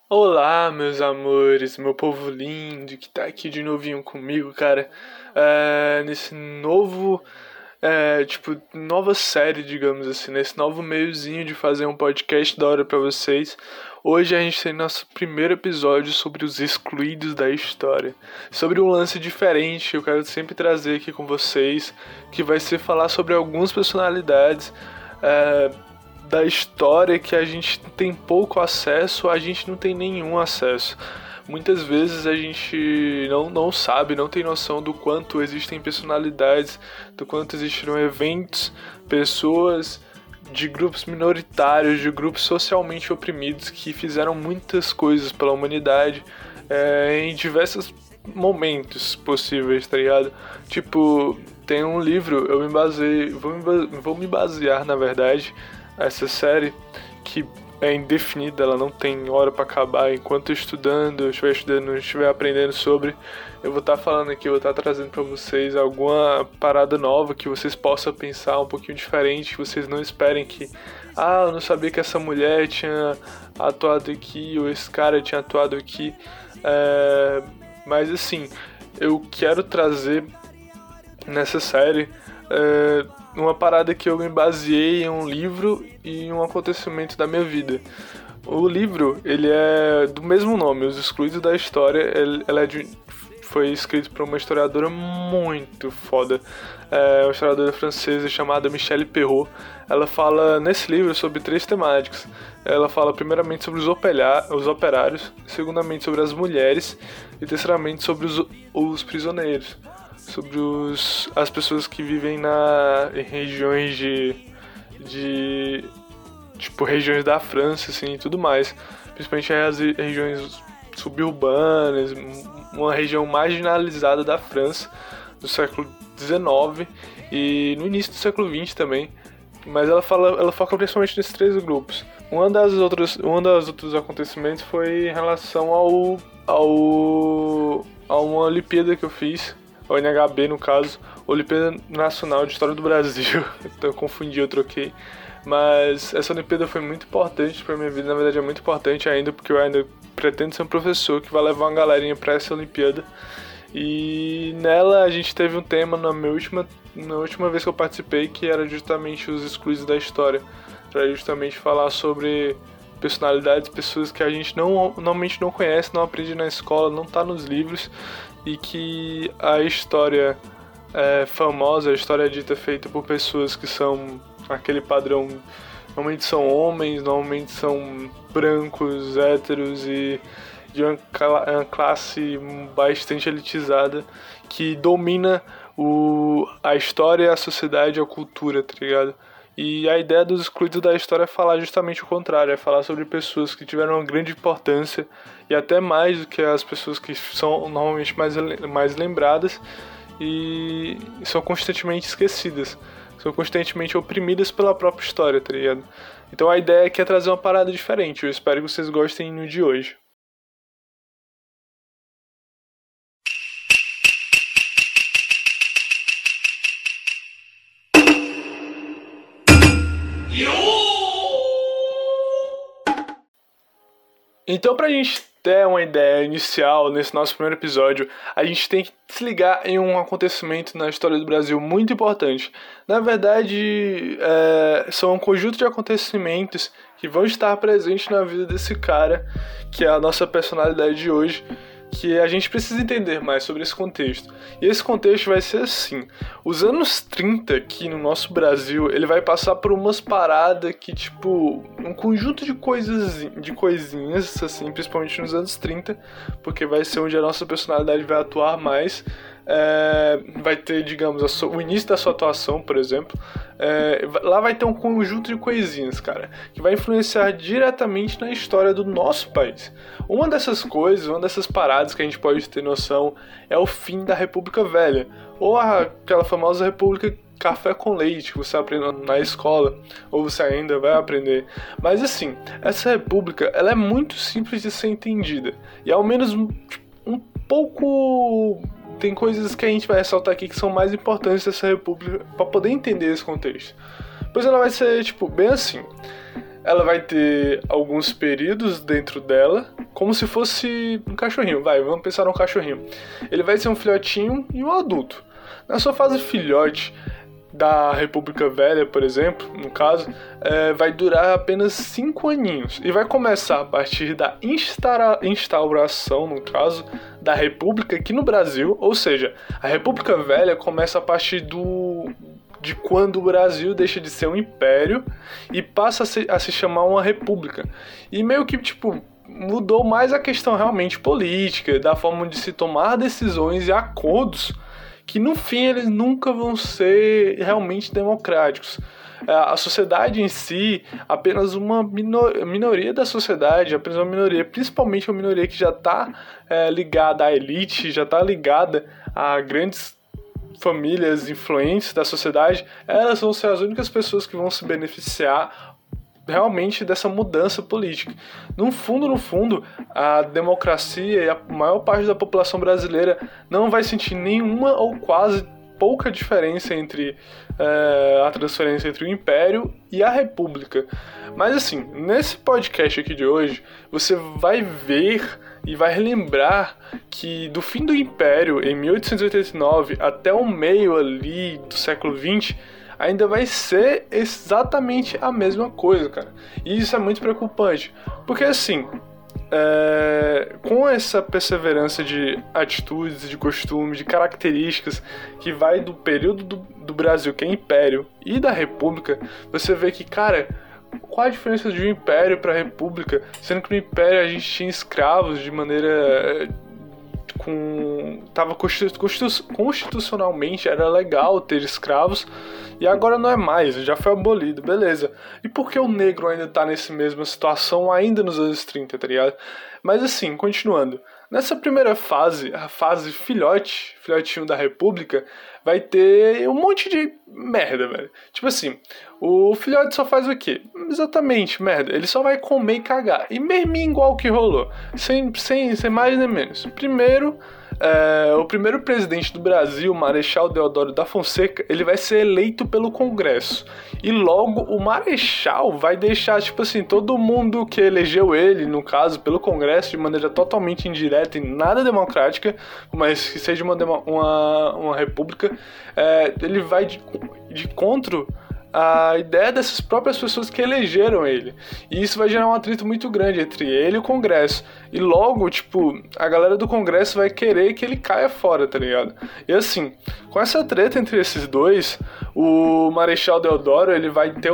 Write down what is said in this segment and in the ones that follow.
Olá, meus amores, meu povo lindo que tá aqui de novinho comigo, cara. Nesse novo, nova série, digamos assim, nesse novo meiozinho de fazer um podcast da hora pra vocês. Hoje a gente tem nosso primeiro episódio sobre os excluídos da história. Sobre um lance diferente que eu quero sempre trazer aqui com vocês, que vai ser falar sobre algumas personalidades. Da história que a gente tem pouco acesso, a gente não tem nenhum acesso. Muitas vezes a gente não sabe, não tem noção do quanto existem personalidades, do quanto existiram eventos, pessoas de grupos minoritários, de grupos socialmente oprimidos que fizeram muitas coisas pela humanidade em diversos momentos possíveis, tá ligado? Tipo, tem um livro, eu me basei, vou me basear na verdade essa série que é indefinida, ela não tem hora pra acabar. Enquanto eu estiver estudando, estiver aprendendo sobre, eu vou estar falando aqui, eu vou estar trazendo pra vocês alguma parada nova que vocês possam pensar um pouquinho diferente, que vocês não esperem que, eu não sabia que essa mulher tinha atuado aqui, ou esse cara tinha atuado aqui. Mas assim, eu quero trazer nessa série uma parada que eu me baseei em um livro e em um acontecimento da minha vida. O livro, ele é do mesmo nome, Os Excluídos da História. Foi escrito por uma historiadora muito foda, uma historiadora francesa chamada Michelle Perrault. Ela fala nesse livro sobre três temáticas. Ela fala primeiramente sobre os operários, segundamente sobre as mulheres e terceiramente sobre os prisioneiros, sobre as pessoas que vivem em regiões tipo regiões da França, assim, e tudo mais, principalmente as regiões suburbanas, uma região marginalizada da França do século XIX e no início do século XX também. Mas ela foca principalmente nesses três grupos. Um dos outros acontecimentos foi em relação a uma Olimpíada que eu fiz, o NHB no caso, Olimpíada Nacional de História do Brasil. Então eu confundi, eu troquei. Mas essa Olimpíada foi muito importante pra minha vida, na verdade é muito importante ainda, porque eu ainda pretendo ser um professor que vai levar uma galerinha pra essa Olimpíada. E nela a gente teve um tema na última vez que eu participei, que era justamente os excluídos da história. Pra justamente falar sobre personalidades, pessoas que a gente normalmente não conhece, não aprende na escola, não tá nos livros, e que a história famosa, a história dita feita por pessoas que são aquele padrão, normalmente são homens, normalmente são brancos, héteros e de uma classe bastante elitizada que domina a história, a sociedade e a cultura, tá ligado? E a ideia dos excluídos da história é falar justamente o contrário, é falar sobre pessoas que tiveram uma grande importância e até mais do que as pessoas que são normalmente mais lembradas e são constantemente esquecidas, são constantemente oprimidas pela própria história, tá ligado? Então a ideia aqui é trazer uma parada diferente, eu espero que vocês gostem no de hoje. Então, pra gente ter uma ideia inicial nesse nosso primeiro episódio, a gente tem que se ligar em um acontecimento na história do Brasil muito importante. Na verdade, são um conjunto de acontecimentos que vão estar presentes na vida desse cara, que é a nossa personalidade de hoje, que a gente precisa entender mais sobre esse contexto. E esse contexto vai ser assim: os anos 30 aqui no nosso Brasil, ele vai passar por umas paradas que, tipo, um conjunto de coisinhas, assim, principalmente nos anos 30, porque vai ser onde a nossa personalidade vai atuar mais. Vai ter, digamos, o início da sua atuação, por exemplo. Lá vai ter um conjunto de coisinhas, cara, que vai influenciar diretamente na história do nosso país. Uma dessas coisas, uma dessas paradas que a gente pode ter noção é o fim da República Velha, ou aquela famosa República Café com Leite, que você aprende na escola, ou você ainda vai aprender. Mas assim, essa república, ela é muito simples de ser entendida, e ao menos um pouco... Tem coisas que a gente vai ressaltar aqui que são mais importantes dessa república para poder entender esse contexto. Pois ela vai ser, tipo, bem assim. Ela vai ter alguns períodos dentro dela, como se fosse um cachorrinho, vamos pensar num cachorrinho. Ele vai ser um filhotinho e um adulto. Na sua fase filhote da República Velha, por exemplo, no caso, vai durar apenas 5 aninhos e vai começar a partir da instauração, no caso, da República aqui no Brasil, ou seja, a República Velha começa a partir de quando o Brasil deixa de ser um império e passa a se chamar uma república. E meio que, tipo, mudou mais a questão realmente política, da forma de se tomar decisões e acordos que no fim eles nunca vão ser realmente democráticos. A sociedade em si, apenas uma minoria da sociedade, apenas uma minoria, principalmente uma minoria que já está ligada à elite, já está ligada a grandes famílias influentes da sociedade, elas vão ser as únicas pessoas que vão se beneficiar realmente dessa mudança política. No fundo, a democracia e a maior parte da população brasileira não vai sentir nenhuma ou quase pouca diferença entre a transferência entre o Império e a República. Mas assim, nesse podcast aqui de hoje, você vai ver e vai relembrar que do fim do Império, em 1889, até o meio ali do século XX, ainda vai ser exatamente a mesma coisa, cara. E isso é muito preocupante, porque assim, com essa perseverança de atitudes, de costumes, de características que vai do período do Brasil, que é Império, e da República, você vê que, cara, qual a diferença de um Império para a República, sendo que no Império a gente tinha escravos de maneira tava constitucionalmente era legal ter escravos, e agora não é mais, já foi abolido, beleza. E por que o negro ainda tá nessa mesma situação ainda nos anos 30, tá ligado? Mas assim, continuando, nessa primeira fase, a fase filhotinho da República, vai ter um monte de merda, velho. Tipo assim, o filhote só faz o quê? Exatamente, merda. Ele só vai comer e cagar. E merminha igual o que rolou. Sem mais nem menos. Primeiro, o primeiro presidente do Brasil, Marechal Deodoro da Fonseca, ele vai ser eleito pelo Congresso. E logo o Marechal vai deixar, tipo assim, todo mundo que elegeu ele, no caso, pelo Congresso, de maneira totalmente indireta e nada democrática, mas que seja uma república, ele vai de contra a ideia dessas próprias pessoas que elegeram ele. E isso vai gerar um atrito muito grande entre ele e o Congresso. E logo, tipo, a galera do Congresso vai querer que ele caia fora, tá ligado? E assim, com essa treta entre esses dois, o Marechal Deodoro, ele vai ter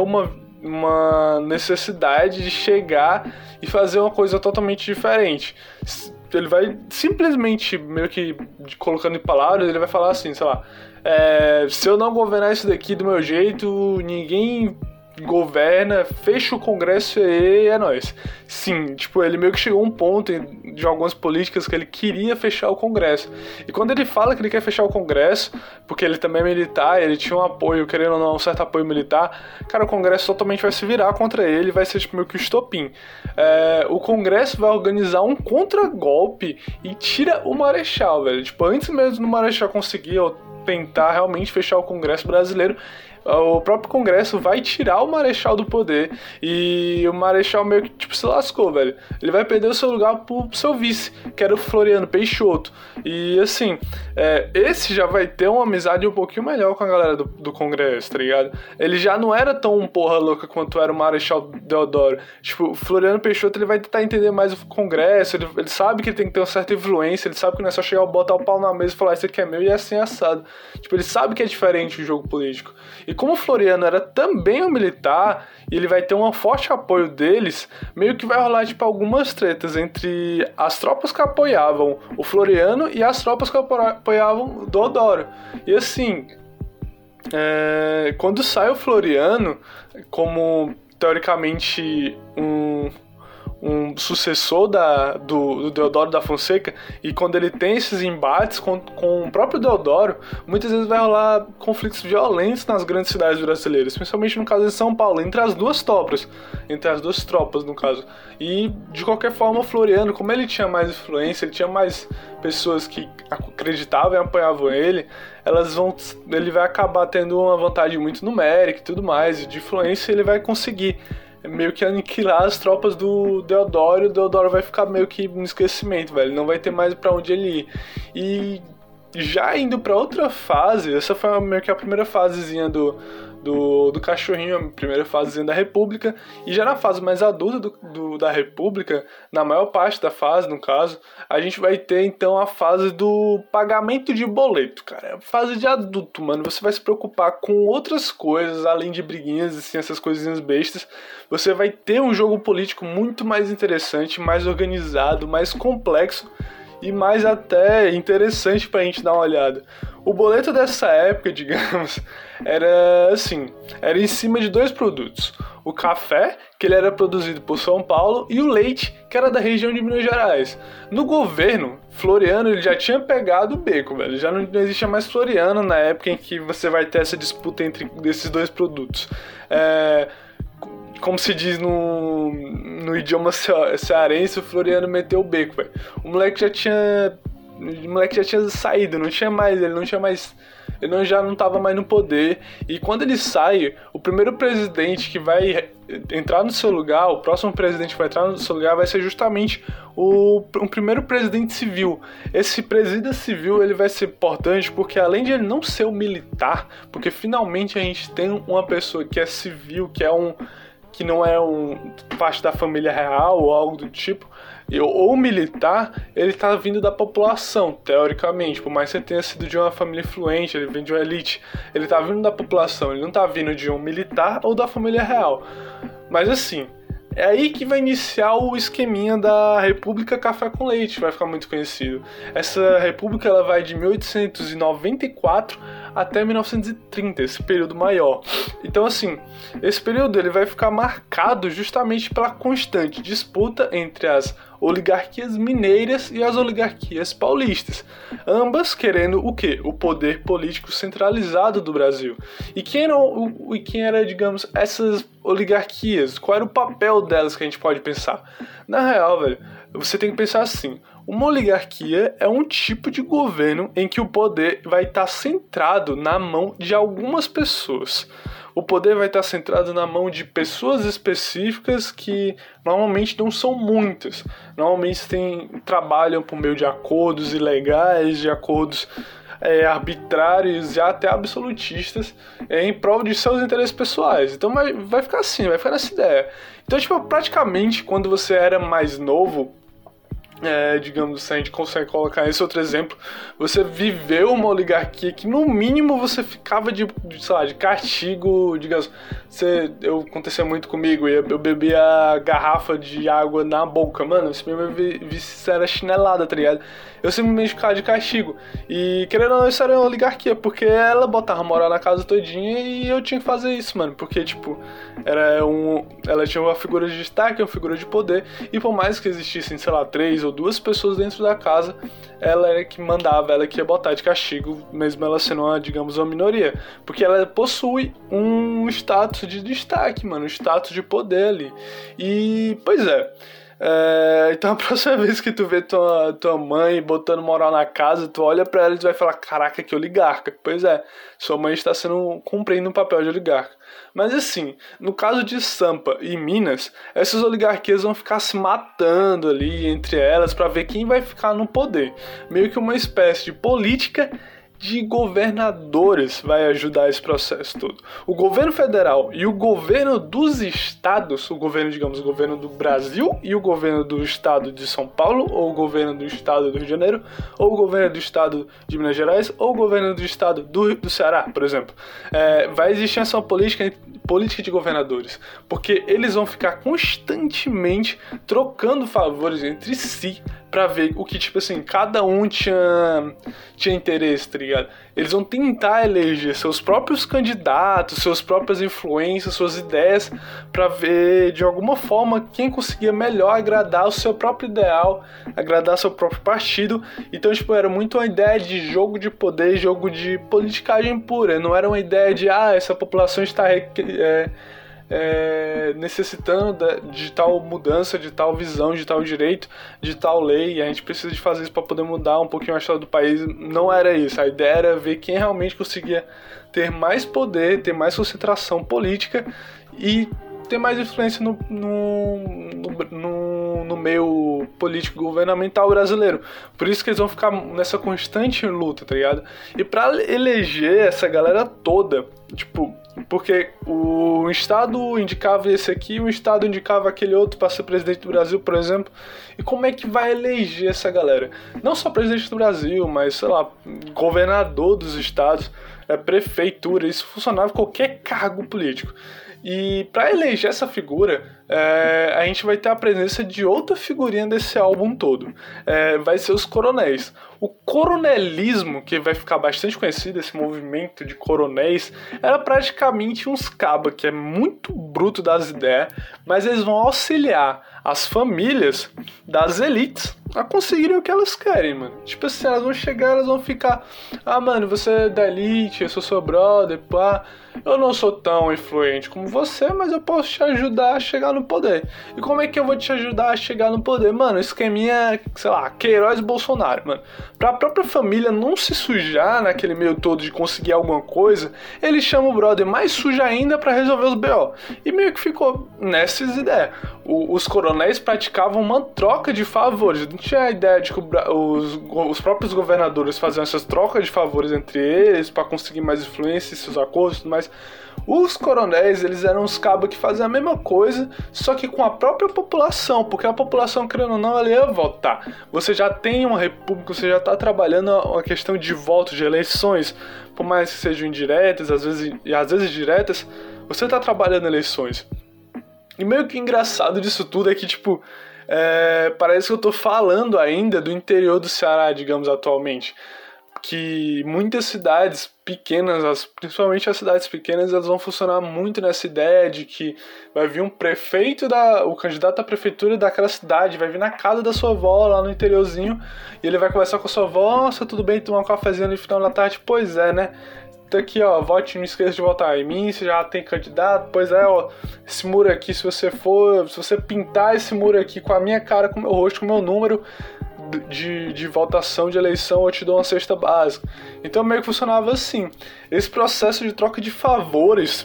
uma necessidade de chegar e fazer uma coisa totalmente diferente. Ele vai simplesmente, meio que colocando em palavras, ele vai falar assim, sei lá, se eu não governar isso daqui do meu jeito, ninguém governa, fecha o Congresso e é nóis. Sim, tipo, ele meio que chegou a um ponto de algumas políticas que ele queria fechar o Congresso. E quando ele fala que ele quer fechar o Congresso, porque ele também é militar, ele tinha um apoio, querendo ou não, um certo apoio militar, cara, o Congresso totalmente vai se virar contra ele, vai ser tipo meio que o estopim. O Congresso vai organizar um contragolpe e tira o Marechal, velho. Tipo, antes mesmo do Marechal conseguir tentar realmente fechar o Congresso brasileiro, o próprio Congresso vai tirar o Marechal do poder e o Marechal meio que tipo se lascou, velho. Ele vai perder o seu lugar pro seu vice, que era o Floriano Peixoto. E assim, esse já vai ter uma amizade um pouquinho melhor com a galera do Congresso, tá ligado? Ele já não era tão porra louca quanto era o Marechal Deodoro. Tipo, o Floriano Peixoto, ele vai tentar entender mais o Congresso, ele sabe que ele tem que ter uma certa influência, ele sabe que não é só chegar, botar o pau na mesa e falar isso aqui é meu e é assim assado. Tipo, ele sabe que é diferente o jogo político. E como o Floriano era também um militar, e ele vai ter um forte apoio deles, meio que vai rolar tipo algumas tretas entre as tropas que apoiavam o Floriano e as tropas que apoiavam o Deodoro. E assim, quando sai o Floriano como teoricamente um sucessor do Deodoro da Fonseca, e quando ele tem esses embates com o próprio Deodoro, muitas vezes vai rolar conflitos violentos nas grandes cidades brasileiras, principalmente no caso de São Paulo, entre as duas tropas no caso. E de qualquer forma, o Floriano, como ele tinha mais influência, ele tinha mais pessoas que acreditavam e apoiavam ele, ele vai acabar tendo uma vantagem muito numérica e tudo mais, e de influência ele vai conseguir meio que aniquilar as tropas do Deodoro, e o Deodoro vai ficar meio que no esquecimento, velho, não vai ter mais pra onde ele ir. E já indo pra outra fase, essa foi meio que a primeira fasezinha do cachorrinho, a primeira fasezinha da República, e já na fase mais adulta da República, na maior parte da fase, no caso, a gente vai ter então a fase do pagamento de boleto, cara. É a fase de adulto, mano. Você vai se preocupar com outras coisas, além de briguinhas, assim, essas coisinhas bestas. Você vai ter um jogo político muito mais interessante, mais organizado, mais complexo, e mais até interessante pra gente dar uma olhada. O boleto dessa época, digamos, era assim, era em cima de 2 produtos. O café, que ele era produzido por São Paulo, e o leite, que era da região de Minas Gerais. No governo, Floriano ele já tinha pegado o beco, velho. Já não existia mais Floriano na época em que você vai ter essa disputa entre esses 2 produtos. Como se diz no idioma cearense, o Floriano meteu o beco, velho. O moleque já tinha saído, ele já não estava mais no poder. E quando ele sai, o primeiro presidente que vai entrar no seu lugar, o próximo presidente que vai entrar no seu lugar vai ser justamente um primeiro presidente civil. Esse presidente civil ele vai ser importante porque além de ele não ser um militar, porque finalmente a gente tem uma pessoa que é civil, que não é parte da família real ou algo do tipo, ou militar, ele tá vindo da população, teoricamente, por mais que ele tenha sido de uma família influente, ele vem de uma elite, ele tá vindo da população, ele não tá vindo de um militar ou da família real. Mas assim, é aí que vai iniciar o esqueminha da República Café com Leite, vai ficar muito conhecido. Essa república ela vai de 1894 até 1930, esse período maior. Então assim, esse período ele vai ficar marcado justamente pela constante disputa entre as oligarquias mineiras e as oligarquias paulistas, ambas querendo o quê? O poder político centralizado do Brasil. E quem era, digamos, essas oligarquias? Qual era o papel delas que a gente pode pensar? Na real, velho, você tem que pensar assim: uma oligarquia é um tipo de governo em que o poder vai estar centrado na mão de algumas pessoas. O poder vai estar centrado na mão de pessoas específicas que normalmente não são muitas. Normalmente trabalham por meio de acordos ilegais, de acordos arbitrários e até absolutistas em prol de seus interesses pessoais. Então vai ficar assim, vai ficar nessa ideia. Então, tipo, praticamente quando você era mais novo, digamos, se a gente consegue colocar esse outro exemplo, você viveu uma oligarquia que no mínimo você ficava de castigo, digamos, acontecia muito comigo, eu bebia a garrafa de água na boca, mano, isso era chinelada, tá ligado? Eu simplesmente ficava de castigo, e querendo ou não, isso era uma oligarquia, porque ela botava moral na casa todinha e eu tinha que fazer isso, mano, porque, tipo, ela tinha uma figura de destaque, uma figura de poder, e por mais que existissem, sei lá, 3 ou 2 pessoas dentro da casa, ela era que mandava, ela que ia botar de castigo, mesmo ela sendo uma minoria, porque ela possui um status de destaque, mano, um status de poder ali. E, pois então a próxima vez que tu vê tua mãe botando moral na casa, tu olha pra ela e tu vai falar: caraca, que oligarca. Pois é, sua mãe está cumprindo um papel de oligarca. Mas assim, no caso de Sampa e Minas, essas oligarquias vão ficar se matando ali entre elas pra ver quem vai ficar no poder. Meio que uma espécie de política de governadores vai ajudar esse processo todo. O governo federal e o governo dos estados, o governo do Brasil e o governo do estado de São Paulo, ou o governo do estado do Rio de Janeiro, ou o governo do estado de Minas Gerais, ou o governo do estado do Ceará, por exemplo. Vai existir essa política de governadores, porque eles vão ficar constantemente trocando favores entre si pra ver o que, tipo assim, cada um tinha interesse, tá ligado? Eles vão tentar eleger seus próprios candidatos, suas próprias influências, suas ideias, pra ver, de alguma forma, quem conseguia melhor agradar o seu próprio ideal, agradar seu próprio partido. Então, tipo, era muito uma ideia de jogo de poder, jogo de politicagem pura. Não era uma ideia de, essa população está necessitando de tal mudança, de tal visão, de tal direito, de tal lei, e a gente precisa de fazer isso para poder mudar um pouquinho a história do país. Não era isso, a ideia era ver quem realmente conseguia ter mais poder, ter mais concentração política e ter mais influência no meio político governamental brasileiro. Por isso que eles vão ficar nessa constante luta, tá ligado? E pra eleger essa galera toda, tipo, porque o Estado indicava esse aqui, o Estado indicava aquele outro para ser presidente do Brasil, por exemplo. E como é que vai eleger essa galera? Não só presidente do Brasil, mas, sei lá, governador dos estados, prefeitura, isso funcionava em qualquer cargo político. E para eleger essa figura, a gente vai ter a presença de outra figurinha desse álbum todo. Vai ser os coronéis. O coronelismo, que vai ficar bastante conhecido, esse movimento de coronéis, era praticamente uns cabas que é muito bruto das ideias, mas eles vão auxiliar as famílias das elites a conseguirem o que elas querem, mano. Tipo assim, elas vão chegar, elas vão ficar: ah, mano, você é da elite, eu sou seu brother, pá. Eu não sou tão influente como você, mas eu posso te ajudar a chegar no poder. E como é que eu vou te ajudar a chegar no poder? Mano, o esqueminha, sei lá, Queiroz e Bolsonaro, mano. Pra própria família não se sujar naquele meio todo de conseguir alguma coisa, ele chama o brother mais sujo ainda pra resolver os BO. E meio que ficou nessas ideias. Os coronéis praticavam uma troca de favores. Não tinha a ideia de que os próprios governadores faziam essas trocas de favores entre eles pra conseguir mais influência em seus acordos e tudo mais. Os coronéis, eles eram os cabos que faziam a mesma coisa, só que com a própria população, porque a população, querendo ou não, ela ia votar. Você já tem uma república, você já está trabalhando a questão de voto, de eleições, por mais que sejam indiretas, às vezes diretas, você está trabalhando eleições. E meio que engraçado disso tudo é que, tipo, parece que eu tô falando ainda do interior do Ceará, digamos, atualmente. Que muitas cidades pequenas, principalmente as cidades pequenas, elas vão funcionar muito nessa ideia de que vai vir um prefeito, o candidato à prefeitura daquela cidade, vai vir na casa da sua avó, lá no interiorzinho, e ele vai conversar com a sua avó: nossa, tudo bem, tomar um cafezinho no final da tarde? Pois é, né? Tá aqui, ó, vote, não esqueça de votar em mim, você já tem candidato, pois é, ó, esse muro aqui, se você pintar esse muro aqui com a minha cara, com o meu rosto, com o meu número de votação de eleição, eu te dou uma cesta básica. Então meio que funcionava assim. Esse processo de troca de favores,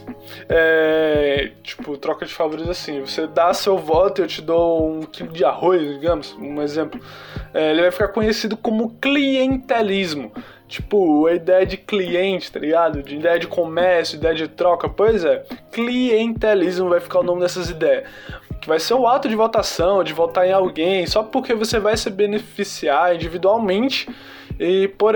tipo, troca de favores assim, você dá seu voto e eu te dou 1 quilo de arroz, digamos, um exemplo. Ele vai ficar conhecido como clientelismo. Tipo, a ideia de cliente, tá ligado? De ideia de comércio, ideia de troca. Pois é, clientelismo vai ficar o nome dessas ideias. Que vai ser o ato de votação, de votar em alguém, só porque você vai se beneficiar individualmente e por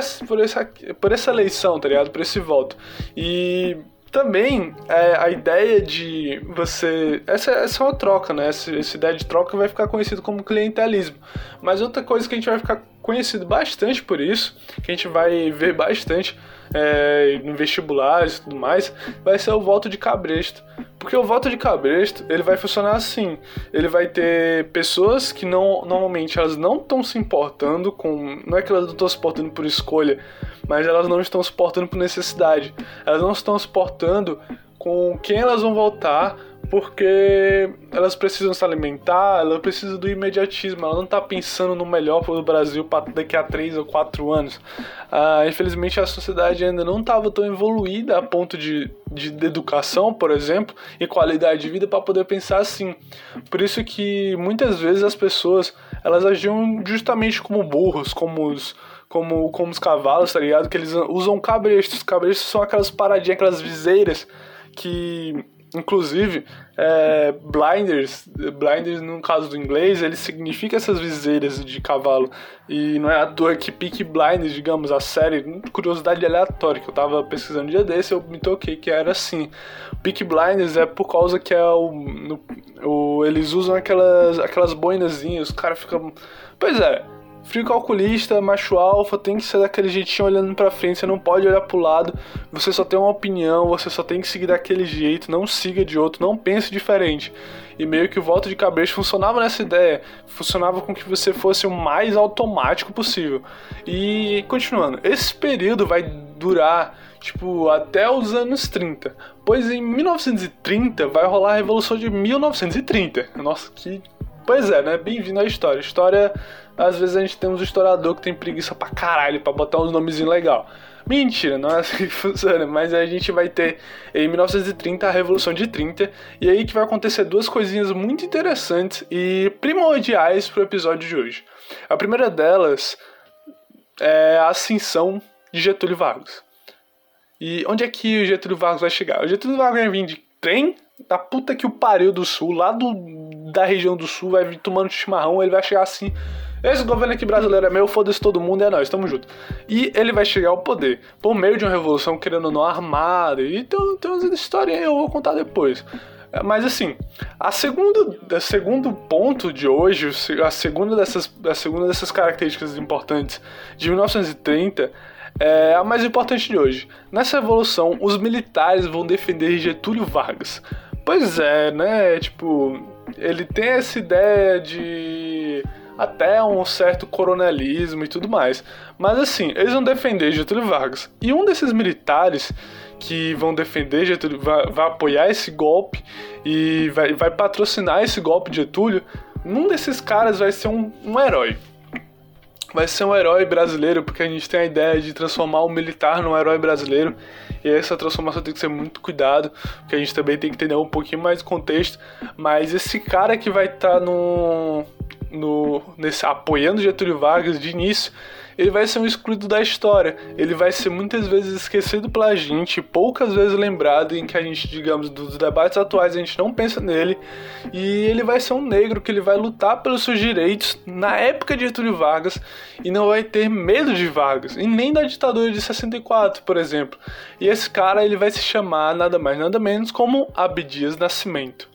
essa eleição, tá ligado? Por esse voto. E também a ideia de você... Essa é uma troca, né? Essa ideia de troca vai ficar conhecido como clientelismo. Mas outra coisa que a gente vai ficar conhecido bastante por isso, que a gente vai ver bastante no vestibulares e tudo mais, vai ser o voto de cabresto. Porque o voto de cabresto, ele vai funcionar assim: ele vai ter pessoas que normalmente elas não estão se importando com... Não é que elas não estão se importando por escolha, mas elas não estão se importando por necessidade. Elas não estão se importando com quem elas vão votar, porque elas precisam se alimentar, elas precisam do imediatismo, ela não está pensando no melhor para o Brasil para daqui a 3 ou 4 anos. Infelizmente a sociedade ainda não estava tão evoluída a ponto de educação, por exemplo, e qualidade de vida para poder pensar assim. Por isso que muitas vezes as pessoas, elas agiam justamente como burros, como os cavalos, tá ligado? Que eles usam cabrestos. Cabrestos são aquelas paradinhas, aquelas viseiras que... Inclusive, blinders no caso do inglês, ele significa essas viseiras de cavalo. E não é à toa que Peaky Blinders, digamos, a série, curiosidade aleatória, que eu tava pesquisando um dia desse, eu me toquei que era assim. Peaky Blinders é por causa que eles usam aquelas boinazinhas, os caras ficam... Pois é, frio calculista, macho alfa, tem que ser daquele jeitinho olhando pra frente, você não pode olhar pro lado, você só tem uma opinião, você só tem que seguir daquele jeito, não siga de outro, não pense diferente. E meio que o voto de cabresto funcionava nessa ideia, funcionava com que você fosse o mais automático possível. E continuando, esse período vai durar tipo até os anos 30, pois em 1930 vai rolar a Revolução de 1930. Nossa, que... Pois é, né? Bem-vindo à história. História, às vezes a gente tem uns historiadores que tem preguiça pra caralho pra botar uns nomezinhos legais. Mentira, não é assim que funciona, mas a gente vai ter em 1930 a Revolução de 30, e aí que vai acontecer duas coisinhas muito interessantes e primordiais pro episódio de hoje. A primeira delas é a ascensão de Getúlio Vargas. E onde é que o Getúlio Vargas vai chegar? O Getúlio Vargas vai vir de trem da puta que o pariu do sul, lá da região do sul, vai vir tomando chimarrão, ele vai chegar assim: esse governo aqui brasileiro é meu, foda-se todo mundo, é nóis, tamo junto. E ele vai chegar ao poder por meio de uma revolução, querendo ou não, armada. E tem umas histórias aí, eu vou contar depois. Mas assim, o segundo ponto de hoje, a segunda dessas características importantes de 1930 é a mais importante de hoje. Nessa revolução, os militares vão defender Getúlio Vargas. Pois é, né? Tipo, ele tem essa ideia de até um certo coronelismo e tudo mais. Mas assim, eles vão defender Getúlio Vargas. E um desses militares que vão defender Getúlio, vai apoiar esse golpe e vai patrocinar esse golpe de Getúlio, um desses caras vai ser um herói. Vai ser um herói brasileiro, porque a gente tem a ideia de transformar o militar num herói brasileiro. E essa transformação tem que ser muito cuidado, porque a gente também tem que entender um pouquinho mais de contexto. Mas esse cara que vai estar apoiando Getúlio Vargas de início, ele vai ser um excluído da história. Ele vai ser muitas vezes esquecido pela gente, poucas vezes lembrado, em que a gente, digamos, dos debates atuais, a gente não pensa nele. E ele vai ser um negro que ele vai lutar pelos seus direitos na época de Getúlio Vargas e não vai ter medo de Vargas, e nem da ditadura de 64, por exemplo. E esse cara, ele vai se chamar nada mais nada menos como Abdias Nascimento.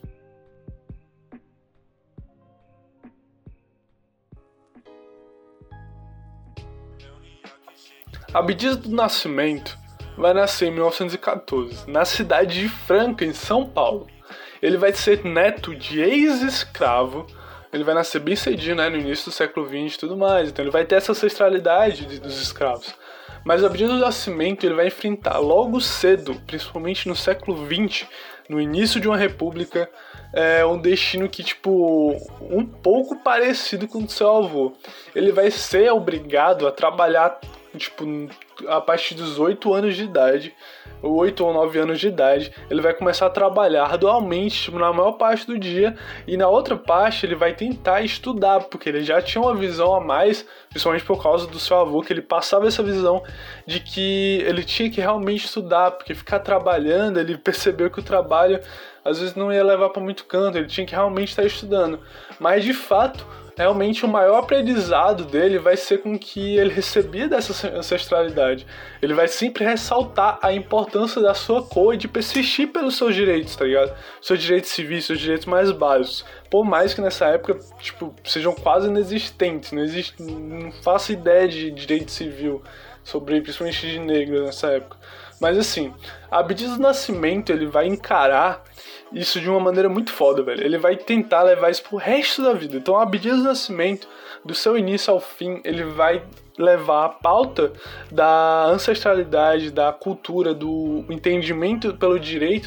Abdias do Nascimento vai nascer em 1914, na cidade de Franca, em São Paulo. Ele vai ser neto de ex-escravo. Ele vai nascer bem cedinho, né, no início do século XX e tudo mais. Então ele vai ter essa ancestralidade dos escravos. Mas o Abdias do Nascimento, ele vai enfrentar logo cedo, principalmente no século XX, no início de uma república, um destino que, tipo, um pouco parecido com o do seu avô. Ele vai ser obrigado a trabalhar, tipo, a partir dos 8 anos de idade, 8 ou 9 anos de idade, ele vai começar a trabalhar dualmente, tipo, na maior parte do dia, e na outra parte ele vai tentar estudar, porque ele já tinha uma visão a mais, principalmente por causa do seu avô, que ele passava essa visão de que ele tinha que realmente estudar, porque ficar trabalhando, ele percebeu que o trabalho às vezes não ia levar para muito canto, ele tinha que realmente estar estudando. Mas de fato, realmente o maior aprendizado dele vai ser com que ele recebia dessa ancestralidade. Ele vai sempre ressaltar a importância da sua cor e de persistir pelos seus direitos, tá ligado? Seus direitos civis, seus direitos mais básicos. Por mais que nessa época, tipo, sejam quase inexistentes. Não faço ideia de direito civil, principalmente de negros nessa época. Mas assim, Abdias do Nascimento, ele vai encarar isso de uma maneira muito foda, velho. Ele vai tentar levar isso pro resto da vida. Então, Abdias do Nascimento, do seu início ao fim, ele vai levar a pauta da ancestralidade, da cultura, do entendimento pelo direito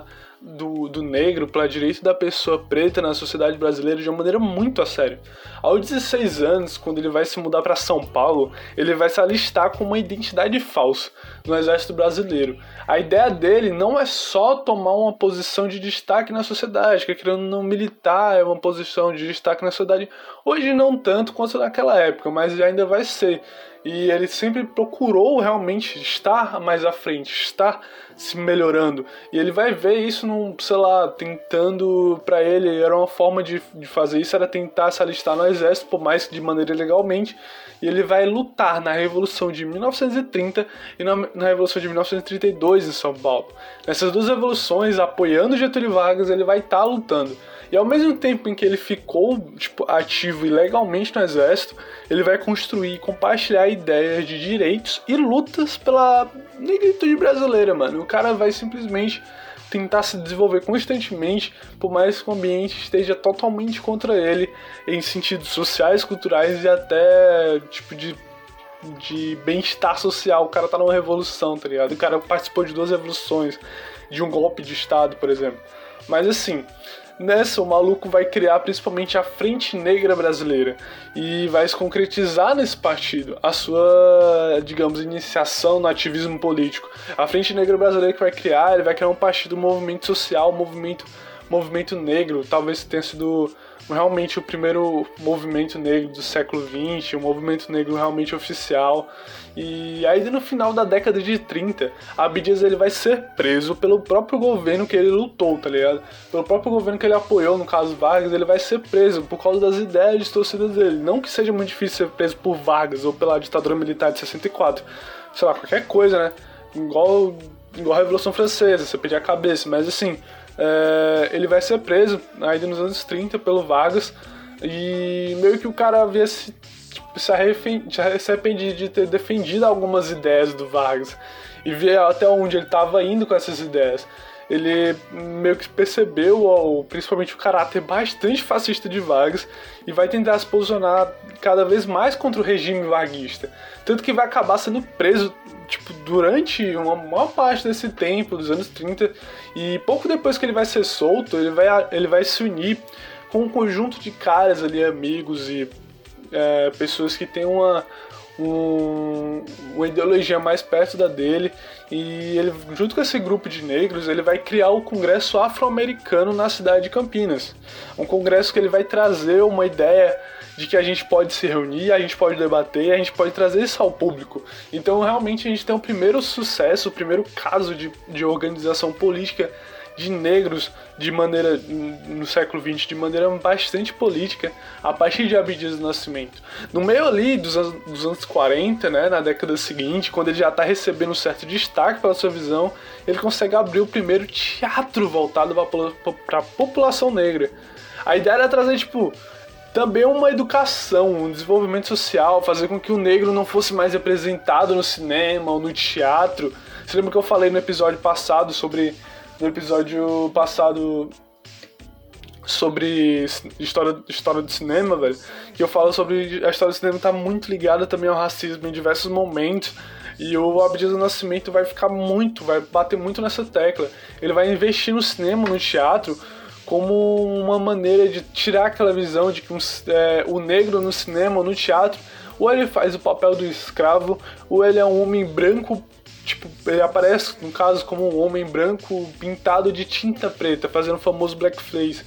do negro, pelo direito da pessoa preta na sociedade brasileira de uma maneira muito a sério. Aos 16 anos, quando ele vai se mudar para São Paulo, ele vai se alistar com uma identidade falsa no exército brasileiro. A ideia dele não é só tomar uma posição de destaque na sociedade, que querendo não militar é uma posição de destaque na sociedade. Hoje não tanto quanto naquela época, mas ainda vai ser. E ele sempre procurou realmente estar mais à frente, estar se melhorando. E ele vai ver isso, tentando, pra ele, era uma forma de fazer isso, era tentar se alistar no exército, por mais que de maneira ilegalmente. E ele vai lutar na Revolução de 1930 e na Revolução de 1932 em São Paulo. Nessas duas revoluções, apoiando Getúlio Vargas, ele vai estar lutando. E ao mesmo tempo em que ele ficou ativo ilegalmente no exército, ele vai construir e compartilhar ideias de direitos e lutas pela negritude brasileira, mano. O cara vai simplesmente tentar se desenvolver constantemente, por mais que o ambiente esteja totalmente contra ele, em sentidos sociais, culturais e até de bem-estar social. O cara tá numa revolução, tá ligado? O cara participou de 2 revoluções, de um golpe de estado, por exemplo. Mas assim, Nessa, o maluco vai criar principalmente a Frente Negra Brasileira e vai se concretizar nesse partido a sua, digamos, iniciação no ativismo político. A Frente Negra Brasileira que vai criar, ele vai criar um partido, um movimento social, um movimento negro, talvez tenha sido realmente o primeiro movimento negro do século XX, um movimento negro realmente oficial. E aí no final da década de 30, Abdias ele vai ser preso pelo próprio governo que ele lutou, tá ligado? Pelo próprio governo que ele apoiou, no caso Vargas, ele vai ser preso por causa das ideias distorcidas dele. Não que seja muito difícil ser preso por Vargas ou pela ditadura militar de 64, sei lá, qualquer coisa, né? Igual a Revolução Francesa, você perder a cabeça, mas assim, ele vai ser preso ainda nos anos 30 pelo Vargas, e meio que o cara havia se arrependido de ter defendido algumas ideias do Vargas e ver até onde ele estava indo com essas ideias. Ele meio que percebeu principalmente o caráter bastante fascista de Vargas e vai tentar se posicionar cada vez mais contra o regime varguista. Tanto que vai acabar sendo preso durante uma maior parte desse tempo, dos anos 30, e pouco depois que ele vai ser solto, ele vai se unir com um conjunto de caras ali, amigos e pessoas que têm uma ideologia mais perto da dele, e ele, junto com esse grupo de negros, ele vai criar o Congresso Afro-Americano na cidade de Campinas. Um congresso que ele vai trazer uma ideia de que a gente pode se reunir, a gente pode debater, a gente pode trazer isso ao público. Então realmente a gente tem o primeiro sucesso, o primeiro caso de organização política de negros no século XX, de maneira bastante política, a partir de Abdias do Nascimento. No meio ali dos anos 40, né, na década seguinte, quando ele já está recebendo um certo destaque pela sua visão, ele consegue abrir o primeiro teatro voltado para a população negra. A ideia era trazer, também uma educação, um desenvolvimento social, fazer com que o negro não fosse mais representado no cinema ou no teatro. Você lembra que eu falei no episódio passado sobre história do cinema, velho, que eu falo sobre a história do cinema tá muito ligada também ao racismo em diversos momentos, e o Abdias do Nascimento vai bater muito nessa tecla. Ele vai investir no cinema, no teatro, como uma maneira de tirar aquela visão de que o negro no cinema ou no teatro, ou ele faz o papel do escravo, ou ele é um homem branco. Ele aparece, no caso, como um homem branco pintado de tinta preta, fazendo o famoso blackface.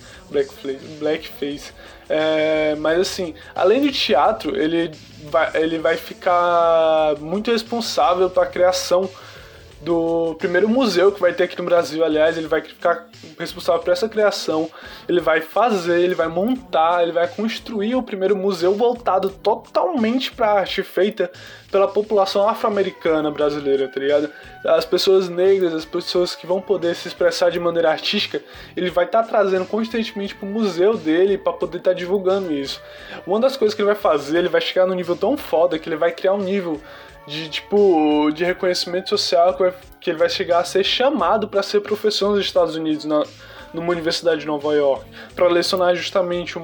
Mas assim, além do teatro, ele vai ficar muito responsável pela criação do primeiro museu que vai ter aqui no Brasil. Aliás, ele vai ficar responsável por essa criação. Ele vai montar, ele vai construir o primeiro museu voltado totalmente para arte, feita pela população afro-americana brasileira, tá ligado? As pessoas negras, as pessoas que vão poder se expressar de maneira artística, ele vai estar trazendo constantemente pro museu dele para poder estar divulgando isso. Uma das coisas que ele vai fazer, ele vai chegar num nível tão foda que ele vai criar um nível de reconhecimento social que ele vai chegar a ser chamado para ser professor nos Estados Unidos, numa universidade de Nova York, para lecionar justamente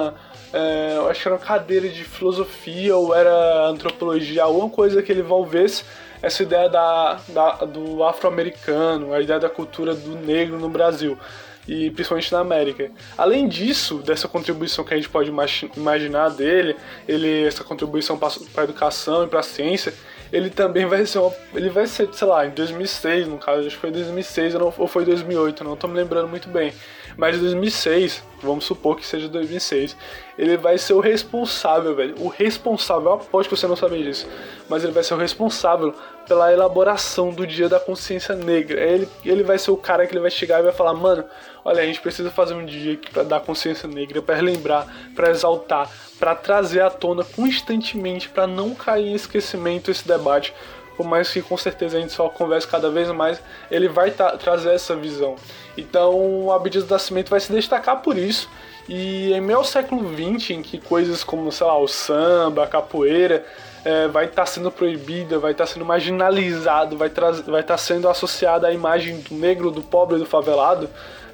eu acho que era uma cadeira de filosofia ou era antropologia, alguma coisa que ele envolvesse essa ideia do afro-americano, a ideia da cultura do negro no Brasil e principalmente na América. Além disso, dessa contribuição que a gente pode imaginar dele, essa contribuição para a educação e para a ciência, ele também vai ser, sei lá, em 2006, no caso, acho que foi 2006 ou foi 2008, não estou me lembrando muito bem, mas em 2006, vamos supor que seja 2006, ele vai ser o responsável, velho, eu aposto que você não sabe disso, mas ele vai ser o responsável pela elaboração do Dia da Consciência Negra. Ele vai ser o cara que ele vai chegar e vai falar, mano, olha, a gente precisa fazer um dia aqui pra dar consciência negra, pra relembrar, pra exaltar, pra trazer à tona constantemente, pra não cair em esquecimento esse debate, por mais que com certeza a gente só converse cada vez mais, ele vai trazer essa visão. Então o Abdias do Nascimento vai se destacar por isso, e em meio ao século XX, em que coisas como, sei lá, o samba, a capoeira, vai estar sendo proibida, vai estar sendo marginalizado, vai estar sendo associada à imagem do negro, do pobre, do favelado,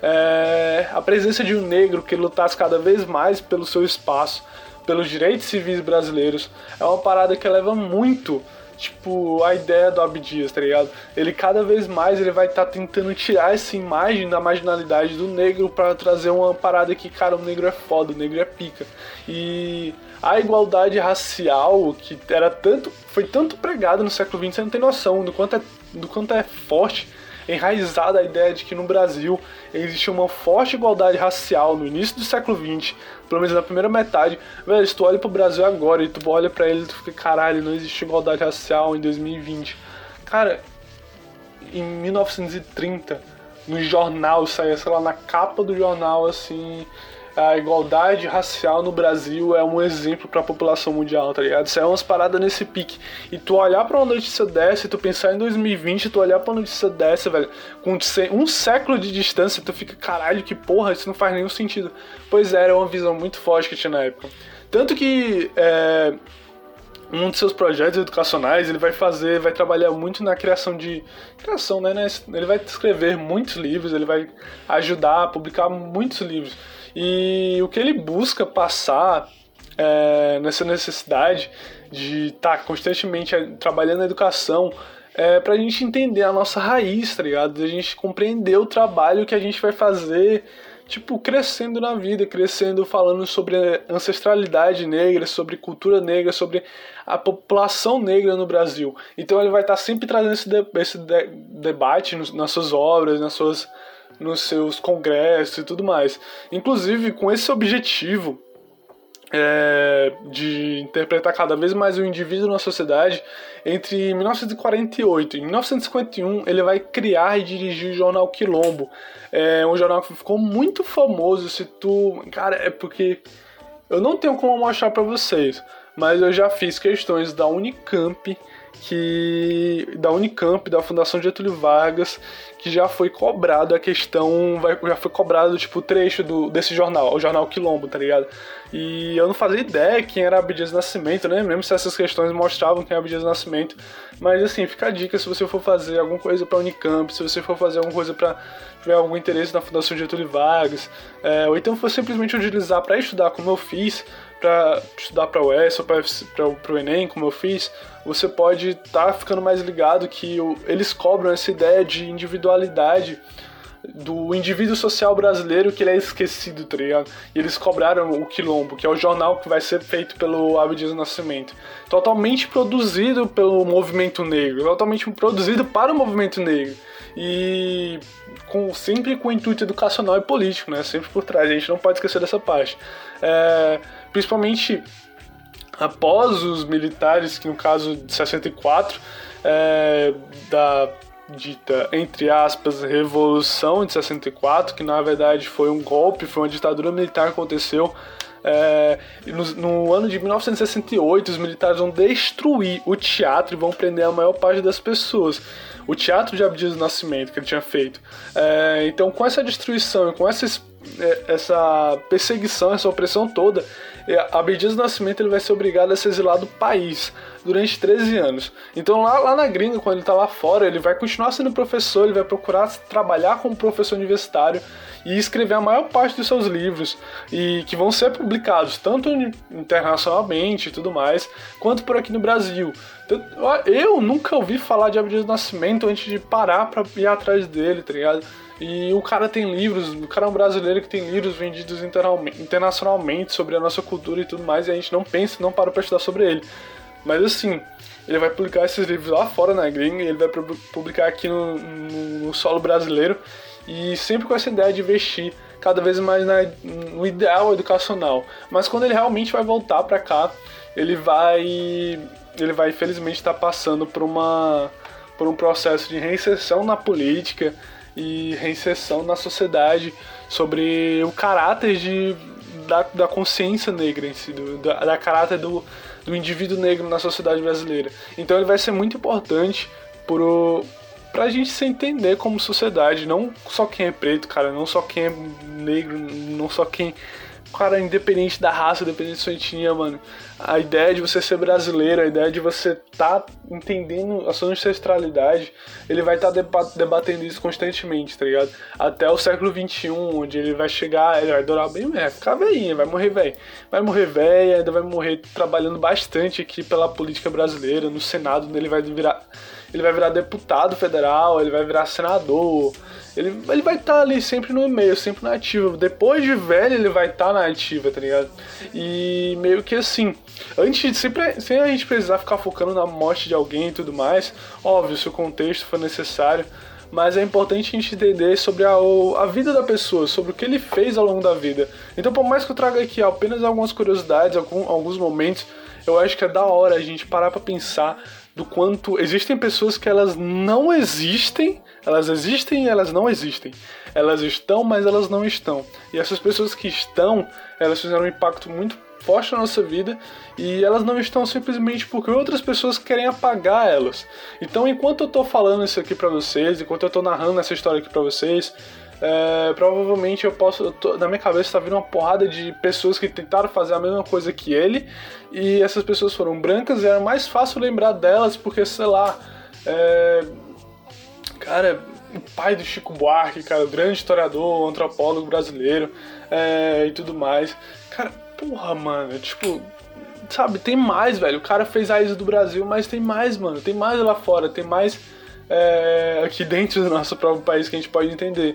a presença de um negro que lutasse cada vez mais pelo seu espaço, pelos direitos civis brasileiros, é uma parada que eleva muito tipo, a ideia do Abdias, tá ligado? Ele cada vez mais ele vai estar tentando tirar essa imagem da marginalidade do negro pra trazer uma parada que, cara, o negro é foda, o negro é pica. E a igualdade racial, que foi tanto pregada no século XX, você não tem noção do quanto é forte, enraizada a ideia de que no Brasil existe uma forte igualdade racial no início do século XX, pelo menos na primeira metade. Velho, se tu olha pro Brasil agora e tu olha pra ele e tu fica, caralho, não existe igualdade racial em 2020. Cara, em 1930, no jornal, saía, sei lá, na capa do jornal, assim, a igualdade racial no Brasil é um exemplo pra população mundial, tá ligado? Isso é umas paradas nesse pique. E tu olhar pra uma notícia dessa, e tu pensar em 2020, tu olhar pra uma notícia dessa, velho, com um século de distância, tu fica, caralho, que porra, isso não faz nenhum sentido. Pois é, era uma visão muito forte que tinha na época. Tanto que, um dos seus projetos educacionais, ele vai trabalhar muito na criação, né? Ele vai escrever muitos livros, ele vai ajudar a publicar muitos livros. E o que ele busca passar nessa necessidade de estar constantemente trabalhando na educação pra gente entender a nossa raiz, tá ligado? A gente compreender o trabalho que a gente vai fazer, tipo, crescendo na vida, falando sobre ancestralidade negra, sobre cultura negra, sobre a população negra no Brasil. Então ele vai estar sempre trazendo esse debate nas suas obras, nos seus congressos e tudo mais. Inclusive, com esse objetivo de interpretar cada vez mais o indivíduo na sociedade, entre 1948 e 1951 ele vai criar e dirigir o jornal Quilombo. É um jornal que ficou muito famoso. Cara, é porque eu não tenho como mostrar pra vocês, mas eu já fiz questões da Unicamp, da Fundação Getúlio Vargas, que já foi cobrado a questão, já foi cobrado tipo o trecho desse jornal, o jornal Quilombo, tá ligado? E eu não fazia ideia quem era Abdias Nascimento, né? Mesmo se essas questões mostravam quem é Abdias Nascimento. Mas assim, fica a dica se você for fazer alguma coisa pra Unicamp, se você for fazer alguma coisa pra tiver algum interesse na Fundação Getúlio Vargas, ou então for simplesmente utilizar pra estudar, como eu fiz, para estudar para o ES ou para o Enem, como eu fiz, você pode estar ficando mais ligado que eles cobram essa ideia de individualidade do indivíduo social brasileiro, que ele é esquecido, tá ligado? E eles cobraram o Quilombo, que é o jornal que vai ser feito pelo Abdias Nascimento, totalmente produzido pelo movimento negro, totalmente produzido para o movimento negro, e sempre com intuito educacional e político, né? Sempre por trás, a gente não pode esquecer dessa parte. Principalmente após os militares, que no caso de 64, da dita, entre aspas, Revolução de 64, que na verdade foi um golpe, foi uma ditadura militar que aconteceu. No ano de 1968, os militares vão destruir o teatro e vão prender a maior parte das pessoas. O teatro de Abdias do Nascimento que ele tinha feito. Então, com essa destruição e com essa perseguição, essa opressão toda, Abdias do Nascimento ele vai ser obrigado a se exilar do país durante 13 anos. Então lá na gringa, quando ele tá lá fora, ele vai continuar sendo professor, ele vai procurar trabalhar como professor universitário e escrever a maior parte dos seus livros, e que vão ser publicados tanto internacionalmente e tudo mais, quanto por aqui no Brasil. Eu nunca ouvi falar de Abdias do Nascimento antes de parar pra ir atrás dele, tá ligado? E o cara tem livros, o cara é um brasileiro que tem livros vendidos internacionalmente sobre a nossa cultura e tudo mais, e a gente não para pra estudar sobre ele. Mas assim, ele vai publicar esses livros lá fora na gringa, e ele vai publicar aqui no solo brasileiro, e sempre com essa ideia de investir cada vez mais no ideal educacional. Mas quando ele realmente vai voltar pra cá, ele vai infelizmente estar passando por um processo de reinserção na política e reinserção na sociedade, sobre o caráter da consciência negra em si, da caráter do indivíduo negro na sociedade brasileira. Então ele vai ser muito importante pra gente se entender como sociedade, não só quem é preto, cara, não só quem é negro, não só quem cara, independente da raça, independente da sua etnia, mano. A ideia de você ser brasileiro, a ideia de você tá entendendo a sua ancestralidade, ele vai estar debatendo isso constantemente, tá ligado? Até o século XXI, onde ele vai chegar, ele vai durar bem, vai ficar velhinho, vai morrer velho. Vai morrer velho, ainda vai morrer trabalhando bastante aqui pela política brasileira, no Senado, onde ele vai virar deputado federal, ele vai virar senador, ele vai estar ali sempre no meio, sempre na ativa. Depois de velho, ele vai estar na ativa, tá ligado? E meio que assim, sem a gente precisar ficar focando na morte de alguém e tudo mais, óbvio, se o contexto for necessário, mas é importante a gente entender sobre a vida da pessoa, sobre o que ele fez ao longo da vida. Então, por mais que eu traga aqui apenas algumas curiosidades, alguns momentos, eu acho que é da hora a gente parar pra pensar do quanto existem pessoas que elas não existem, elas existem e elas não existem. Elas estão, mas elas não estão. E essas pessoas que estão, elas fizeram um impacto muito forte na nossa vida e elas não estão simplesmente porque outras pessoas querem apagar elas. Então, enquanto eu tô falando isso aqui pra vocês, enquanto eu tô narrando essa história aqui pra vocês, provavelmente na minha cabeça tá vindo uma porrada de pessoas que tentaram fazer a mesma coisa que ele, e essas pessoas foram brancas e era mais fácil lembrar delas porque, sei lá, cara, o pai do Chico Buarque, cara, o grande historiador, antropólogo brasileiro, e tudo mais. Cara, porra, mano, tipo, sabe, tem mais, velho. O cara fez a Isa do Brasil, mas tem mais, mano, tem mais lá fora, tem mais aqui dentro do nosso próprio país que a gente pode entender.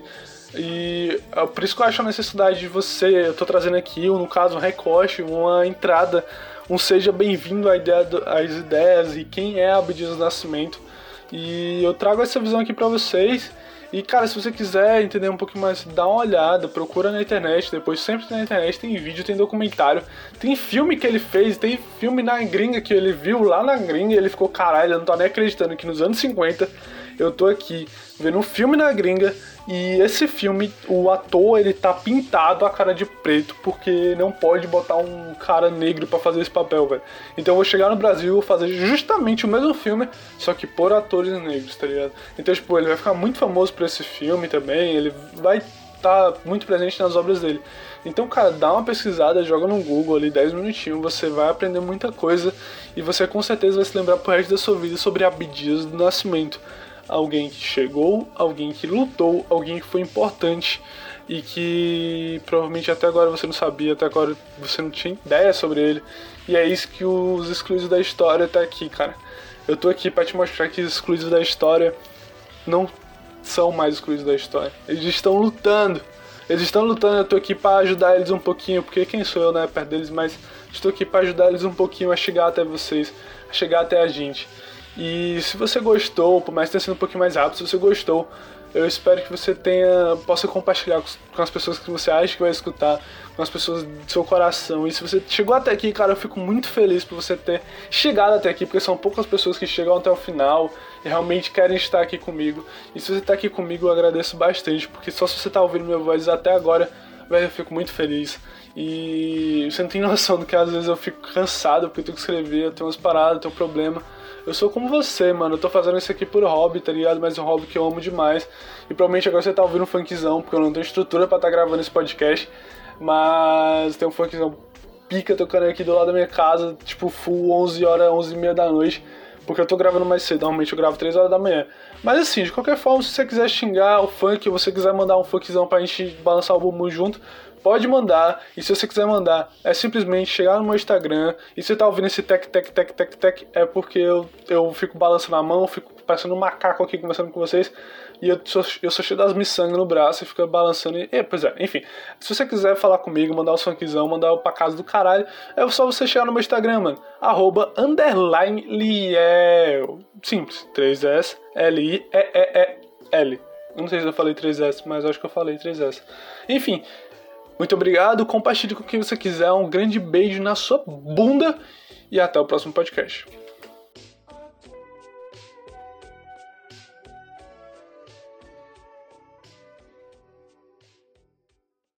E por isso que eu acho a necessidade de eu tô trazendo aqui, no caso, um recorte, uma entrada, um seja bem-vindo às ideias e quem é Abdias do Nascimento. E eu trago essa visão aqui pra vocês. E, cara, se você quiser entender um pouquinho mais, dá uma olhada, procura na internet, depois sempre na internet tem vídeo, tem documentário, tem filme que ele fez, tem filme na gringa que ele viu lá na gringa e ele ficou, caralho, eu não tô nem acreditando que nos anos 50 eu tô aqui vendo um filme na gringa e esse filme, o ator, ele tá pintado a cara de preto porque não pode botar um cara negro pra fazer esse papel, velho. Então eu vou chegar no Brasil e vou fazer justamente o mesmo filme, só que por atores negros, tá ligado? Então, tipo, ele vai ficar muito famoso por esse filme também, ele vai estar muito presente nas obras dele. Então, cara, dá uma pesquisada, joga no Google ali 10 minutinhos, você vai aprender muita coisa e você com certeza vai se lembrar pro resto da sua vida sobre Abdias do Nascimento. Alguém que chegou, alguém que lutou, alguém que foi importante e que provavelmente até agora você não sabia, até agora você não tinha ideia sobre ele. E é isso que os excluídos da história tá aqui, cara. Eu tô aqui pra te mostrar que os excluídos da história não são mais excluídos da história. Eles estão lutando. Eu tô aqui pra ajudar eles um pouquinho, porque quem sou eu, né, perto deles, mas estou aqui pra ajudar eles um pouquinho a chegar até vocês, a chegar até a gente. E se você gostou, por mais que tenha sido um pouquinho mais rápido, se você gostou, eu espero que você possa compartilhar com as pessoas que você acha que vai escutar, com as pessoas do seu coração. E se você chegou até aqui, cara, eu fico muito feliz por você ter chegado até aqui, porque são poucas pessoas que chegam até o final e realmente querem estar aqui comigo. E se você está aqui comigo, eu agradeço bastante, porque só se você está ouvindo minha voz até agora, velho, eu fico muito feliz. E você não tem noção do que às vezes eu fico cansado porque eu tenho que escrever, eu tenho umas paradas, eu tenho um problema. Eu sou como você, mano, eu tô fazendo isso aqui por hobby, tá ligado? Mas é um hobby que eu amo demais. E provavelmente agora você tá ouvindo um funkzão, porque eu não tenho estrutura pra tá gravando esse podcast. Mas tem um funkzão pica tocando aqui do lado da minha casa, tipo full 11 horas, 11h30 da noite. Porque eu tô gravando mais cedo, normalmente eu gravo 3 horas da manhã. Mas assim, de qualquer forma, se você quiser xingar o funk, ou você quiser mandar um funkzão pra gente balançar o bumbum junto, pode mandar. E se você quiser mandar, é simplesmente chegar no meu Instagram. E se você tá ouvindo esse tec, é porque eu fico balançando a mão, fico parecendo um macaco aqui conversando com vocês. E eu sou cheio das miçangas no braço e fica balançando. Pois é, enfim. Se você quiser falar comigo, mandar o funkzão, mandar pra casa do caralho, é só você chegar no meu Instagram, mano. @_Liel. Simples. 3S, L-I-E-E-E-L. Eu não sei se eu falei 3S, mas acho que eu falei 3S. Enfim. Muito obrigado, compartilhe com quem você quiser, um grande beijo na sua bunda e até o próximo podcast.